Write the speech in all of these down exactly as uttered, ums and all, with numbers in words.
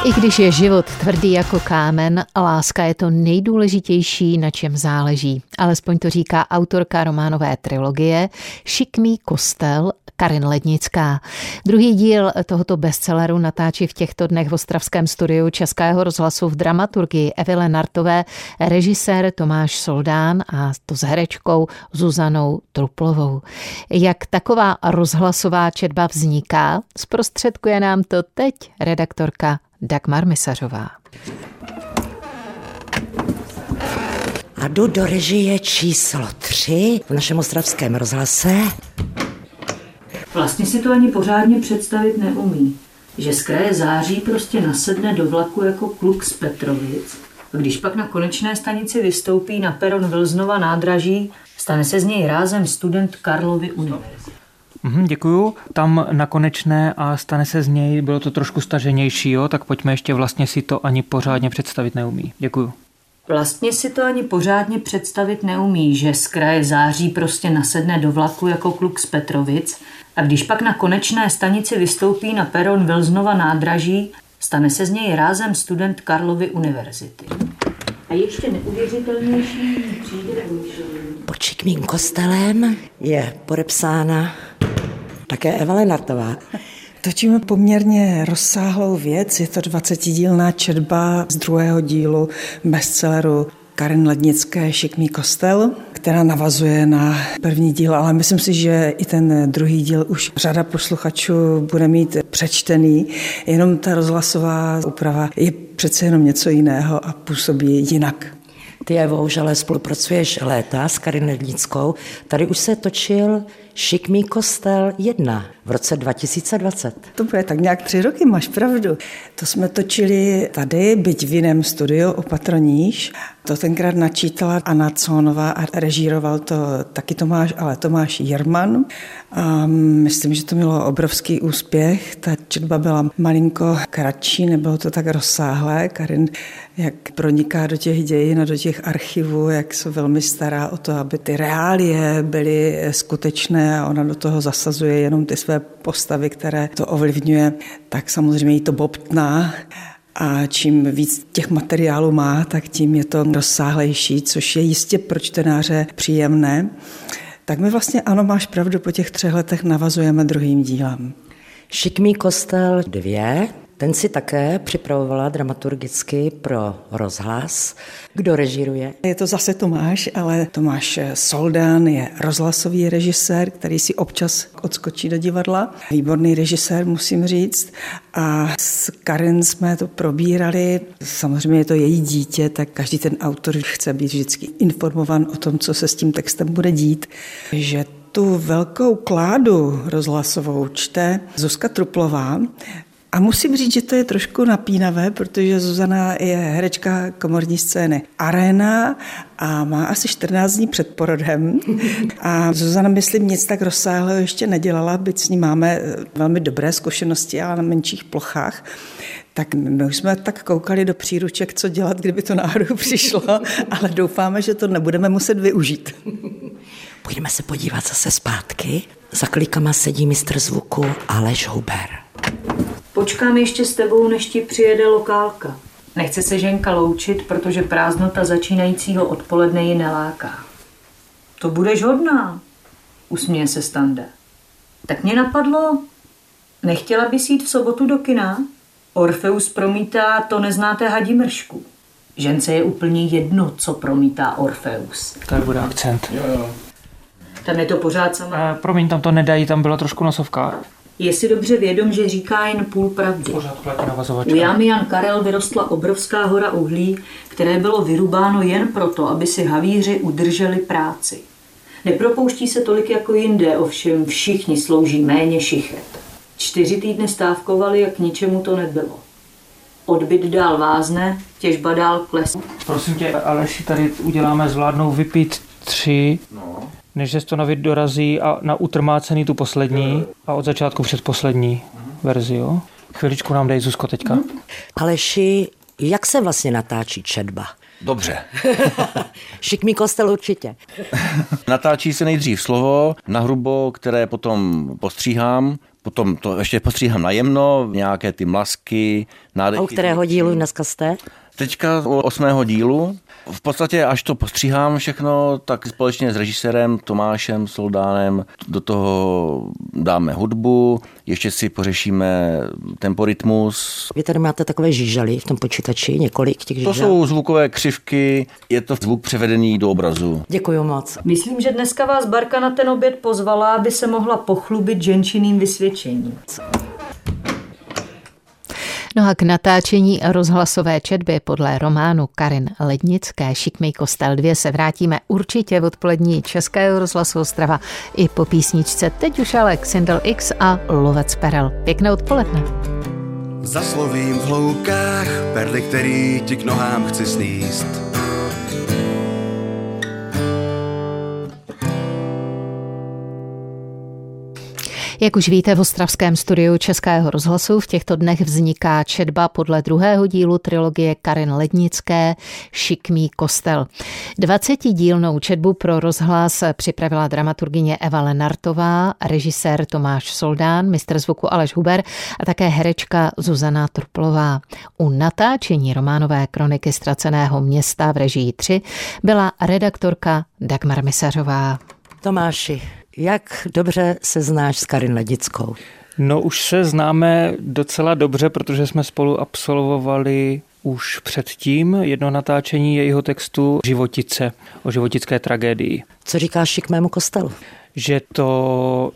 I když je život tvrdý jako kámen, láska je to nejdůležitější, na čem záleží. Alespoň to říká autorka románové trilogie Šikmý kostel Karin Lednická. Druhý díl tohoto bestselleru natáčí v těchto dnech v ostravském studiu Českého rozhlasu v dramaturgii Evy Lenartové režisér Tomáš Soldán a to s herečkou Zuzanou Truplovou. Jak taková rozhlasová četba vzniká, zprostředkuje nám to teď redaktorka Dagmar Misařová. A jdu do režie číslo tři v našem ostravském rozhlase. Vlastně si to ani pořádně představit neumí, že z kraje září prostě nasedne do vlaku jako kluk z Petrovic a když pak na konečné stanici vystoupí na peron Vilznova nádraží, stane se z něj rázem student Karlovy univerzity. Mhm, děkuju. Tam na konečné a stane se z něj, bylo to trošku staženější, jo? Tak pojďme ještě, vlastně si to ani pořádně představit neumí. Děkuju. Vlastně si to ani pořádně představit neumí, že z kraje září prostě nasedne do vlaku jako kluk z Petrovic a když pak na konečné stanici vystoupí na peron Vilznova nádraží, stane se z něj rázem student Karlovy univerzity. A ještě neuvěřitelnější přijde Pod Šikmým kostelem je podepsána také Eva Lenartová. Točíme poměrně rozsáhlou věc, je to dvacetidílná četba z druhého dílu bestselleru Karin Lednické Šikmý kostel, která navazuje na první díl, ale myslím si, že i ten druhý díl už řada posluchačů bude mít přečtený, jenom ta rozhlasová úprava je přece jenom něco jiného a působí jinak. Ty, Evo, už ale spolupracuješ léta s Karin Lednickou. Tady už se točil Šikmý kostel jedna v roce dva tisíce dvacet. To bude tak nějak tři roky, máš pravdu. To jsme točili tady, byť v jiném studiu u Patroníž. To tenkrát načítala Anna Cónová a režíroval to taky Tomáš, ale Tomáš Jirman. A myslím, že to mělo obrovský úspěch. Ta četba byla malinko kratší, nebylo to tak rozsáhlé. Karin, jak proniká do těch dějin a do těch archivů, jak se velmi stará o to, aby ty reálie byly skutečné a ona do toho zasazuje jenom ty své postavy, které to ovlivňuje, tak samozřejmě jí to bobtná. A čím víc těch materiálů má, tak tím je to rozsáhlejší, což je jistě pro čtenáře příjemné. Tak my vlastně, ano, máš pravdu, po těch třech letech navazujeme druhým dílem. Šikmý kostel dvě, ten si také připravovala dramaturgicky pro rozhlas. Kdo režíruje? Je to zase Tomáš, ale Tomáš Soldán je rozhlasový režisér, který si občas odskočí do divadla. Výborný režisér, musím říct. A s Karin jsme to probírali. Samozřejmě je to její dítě, tak každý ten autor chce být vždycky informovan o tom, co se s tím textem bude dít. Že tu velkou kládu rozhlasovou čte Zuzka Truplová. A musím říct, že to je trošku napínavé, protože Zuzana je herečka komorní scény Arena a má asi čtrnáct dní před porodem. A Zuzana, myslím, nic tak rozsáhlého ještě nedělala, byť s ní máme velmi dobré zkušenosti, ale na menších plochách. Tak my už jsme tak koukali do příruček, co dělat, kdyby to náhodou přišlo, ale doufáme, že to nebudeme muset využít. Pojďme se podívat zase zpátky. Za klikama sedí mistr zvuku Aleš Huber. Počkám ještě s tebou, než ti přijede lokálka. Nechce se ženka loučit, protože prázdnota začínajícího odpoledne ji neláká. To budeš hodná, usměje se Standa. Tak mě napadlo, nechtěla bys jít v sobotu do kina? Orfeus promítá To neznáte hadí mršku. Žence je úplně jedno, co promítá Orfeus. Tady bude akcent. Jo, jo. Tam je to pořád samé. Uh, promiň, tam to nedají, tam byla trošku nosovka. Je si dobře vědom, že říká jen půl pravdy. U jámy Jan Karel vyrostla obrovská hora uhlí, které bylo vyrubáno jen proto, aby si havíři udrželi práci. Nepropouští se tolik jako jinde, ovšem všichni slouží méně šichet. Čtyři týdny stávkovali a k ničemu to nebylo. Odbyt dál vázne, těžba dál klesá. Prosím tě, Aleši, tady uděláme zvládnou vypít tři, no. Než se to navíc dorazí a na utrmácený tu poslední a od začátku předposlední verzi, jo? Chviličku nám dej, Zuzko, teďka. Hmm. Aleši, jak se vlastně natáčí četba? Dobře. Šikmý kostel určitě. Natáčí se nejdřív slovo, nahrubo, které potom postříhám, Potom to ještě postříhám najemno, nějaké ty mlasky, nádechy. A u kterého dílu dneska jste? Teďka u osmého dílu. V podstatě, až to postříhám všechno, tak společně s režisérem Tomášem Soldánem do toho dáme hudbu, ještě si pořešíme temporytmus. Vy tady máte takové žížaly v tom počítači, několik těch žížal? To jsou zvukové křivky, je to zvuk převedený do obrazu. Děkuju moc. Myslím, že dneska vás Barka na ten oběd pozvala, aby se mohla pochlubit ženčiným vysvědčením. No a k natáčení rozhlasové četby podle románu Karin Lednické Šikmý kostel dva se vrátíme určitě v odpolední Českého rozhlasu Ostrava i po písničce. Teď už ale Xindel X a Lovec perel. Pěkné odpoledne. Zaslovím v hloubkách perly, který ti k nohám chci sníst. Jak už víte, v ostravském studiu Českého rozhlasu v těchto dnech vzniká četba podle druhého dílu trilogie Karin Lednické Šikmý kostel. dvacetidílnou četbu pro rozhlas připravila dramaturgyně Eva Lenartová, režisér Tomáš Soldán, mistr zvuku Aleš Huber a také herečka Zuzana Trplová. U natáčení románové kroniky Ztraceného města v režii tři byla redaktorka Dagmar Misařová. Tomáši, jak dobře se znáš s Karin Lednickou? No už se známe docela dobře, protože jsme spolu absolvovali už předtím jedno natáčení jejího textu Životice, o životické tragédii. Co říkáš Šikmému kostelu? Že to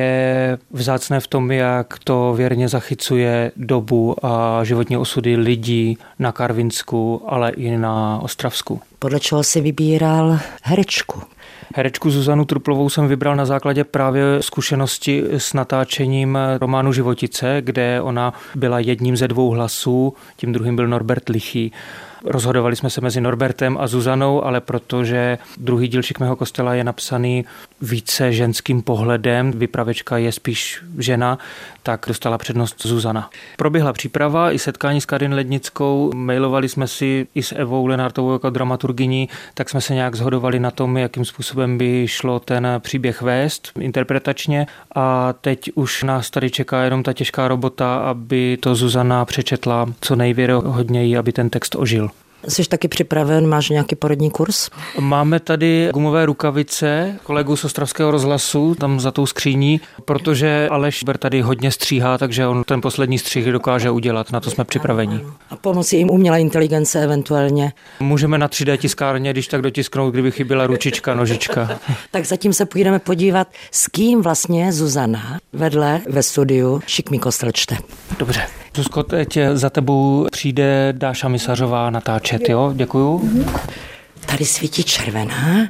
je vzácné v tom, jak to věrně zachycuje dobu a životní osudy lidí na Karvinsku, ale i na Ostravsku. Podle čeho jsi vybíral herečku? Herečku Zuzanu Trplovou jsem vybral na základě právě zkušenosti s natáčením románu Životice, kde ona byla jedním ze dvou hlasů, tím druhým byl Norbert Lichý. Rozhodovali jsme se mezi Norbertem a Zuzanou, ale protože druhý díl Šikmého kostela je napsaný více ženským pohledem, vypravečka je spíš žena, tak dostala přednost Zuzana. Proběhla příprava i setkání s Karin Lednickou, mailovali jsme si i s Evou Lenartovou jako dramaturgyní, tak jsme se nějak shodovali na tom, jakým způsobem by šlo ten příběh vést interpretačně a teď už nás tady čeká jenom ta těžká robota, aby to Zuzana přečetla co nejvěrohodněji, aby ten text ožil. Jsi taky připraven, máš nějaký porodní kurz? Máme tady gumové rukavice kolegu z Ostravského rozhlasu, tam za tou skříní, protože Aleš Ber tady hodně stříhá, takže on ten poslední střih dokáže udělat, na to jsme připraveni. A pomocí jim umělá inteligence eventuálně? Můžeme na tři dé tiskárně, když tak dotisknout, kdyby chyběla ručička, nožička. Tak zatím se půjdeme podívat, s kým vlastně Zuzana vedle ve studiu Šikmý kostel čte. Dobře. Zuzko, teď za tebou přijde Dáša Misařová natáčet, jo? Děkuju. Tady svítí červená.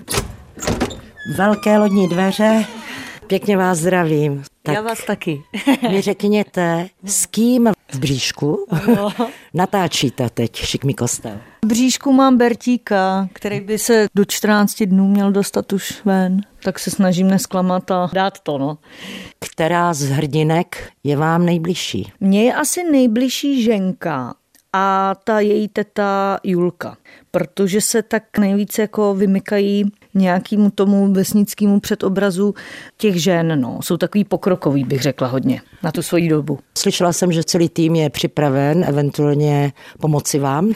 Velké lodní dveře. Pěkně vás zdravím. Tak Já vás taky. mi řekněte, s kým v bříšku natáčíte teď Šikmý kostel? V bříšku mám Bertíka, který by se do čtrnácti dnů měl dostat už ven. Tak se snažím nesklamat a dát to, no. Která z hrdinek je vám nejbližší? Mně je asi nejbližší Ženka a ta její teta Julka, protože se tak nejvíce jako vymykají nějakému tomu vesnickému předobrazu těch žen. No. Jsou takový pokrokový, bych řekla hodně, na tu svoji dobu. Slyšela jsem, že celý tým je připraven eventuálně pomoci vám,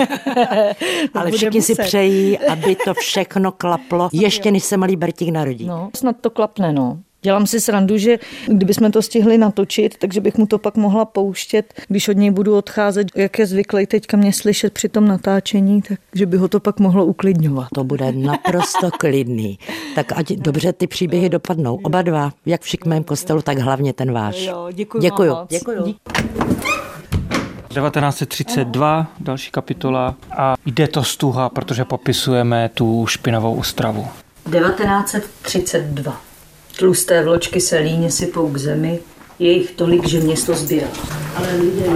ale všichni si přejí, aby to všechno klaplo, ještě než se malý Bertík narodí. No, snad to klapne, no. Dělám si srandu, že kdybychom to stihli natočit, takže bych mu to pak mohla pouštět, když od něj budu odcházet, jak je zvyklý teďka mě slyšet při tom natáčení, takže by ho to pak mohlo uklidňovat. To bude naprosto klidný. Tak ať dobře ty příběhy dopadnou. Oba dva, jak v Šikmém kostelu, tak hlavně ten váš. Jo, děkuji. Děkuju. Moc. Děkuju. devatenáct set třicet dva, další kapitola a jde to stuha, protože popisujeme tu špinavou Ostravu. devatenáct set třicet dva. Tlusté vločky se líně sypou k zemi, je jich tolik, že město zbělá. Ale lidé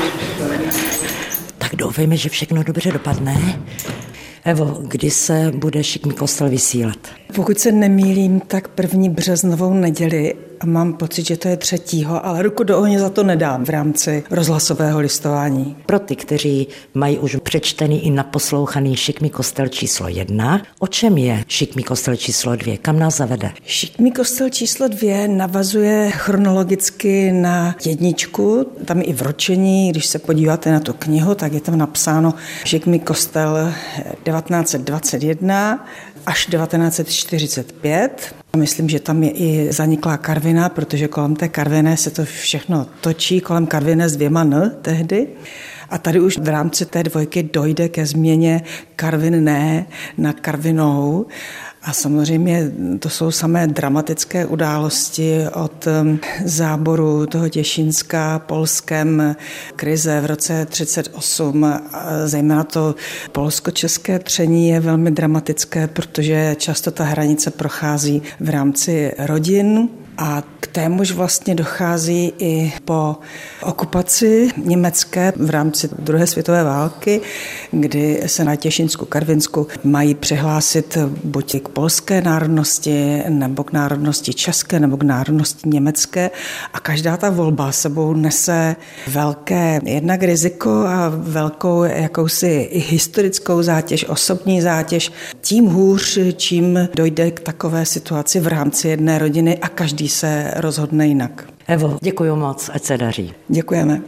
Tak doufejme, že všechno dobře dopadne. Evo, kdy se bude Šikmý kostel vysílat? Pokud se nemýlím, tak první březnovou neděli a mám pocit, že to je třetího, ale ruku do ohně za to nedám v rámci rozhlasového listování. Pro ty, kteří mají už přečtený i naposlouchaný Šikmý kostel číslo jedna, o čem je Šikmý kostel číslo dvě? Kam nás zavede? Šikmý kostel číslo dvě navazuje chronologicky na jedničku, tam je i vročení, když se podíváte na tu knihu, tak je tam napsáno Šikmý kostel devatenáct dvacet jedna až devatenáct čtyřicet pět. Myslím, že tam je i zaniklá Karviná, protože kolem té Karviné se to všechno točí, kolem Karviné s dvěma N tehdy. A tady už v rámci té dvojky dojde ke změně Karvinné na Karvinou. A samozřejmě to jsou samé dramatické události od záboru toho Těšínska Polskem, krize v roce třicet osm. Zejména to polsko-české tření je velmi dramatické, protože často ta hranice prochází v rámci rodin. A k témuž vlastně dochází i po okupaci německé v rámci druhé světové války, kdy se na Těšínsku, Karvinsku mají přihlásit buď k polské národnosti, nebo k národnosti české, nebo k národnosti německé. A každá ta volba sebou nese velké jednak riziko a velkou jakousi i historickou zátěž, osobní zátěž. Tím hůř, čím dojde k takové situaci v rámci jedné rodiny a každý se rozhodne jinak. Evo, děkuji moc, ať se daří. Děkujeme.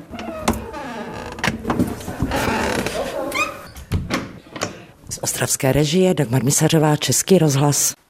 Z ostravské režie Dagmar Misařová, Český rozhlas.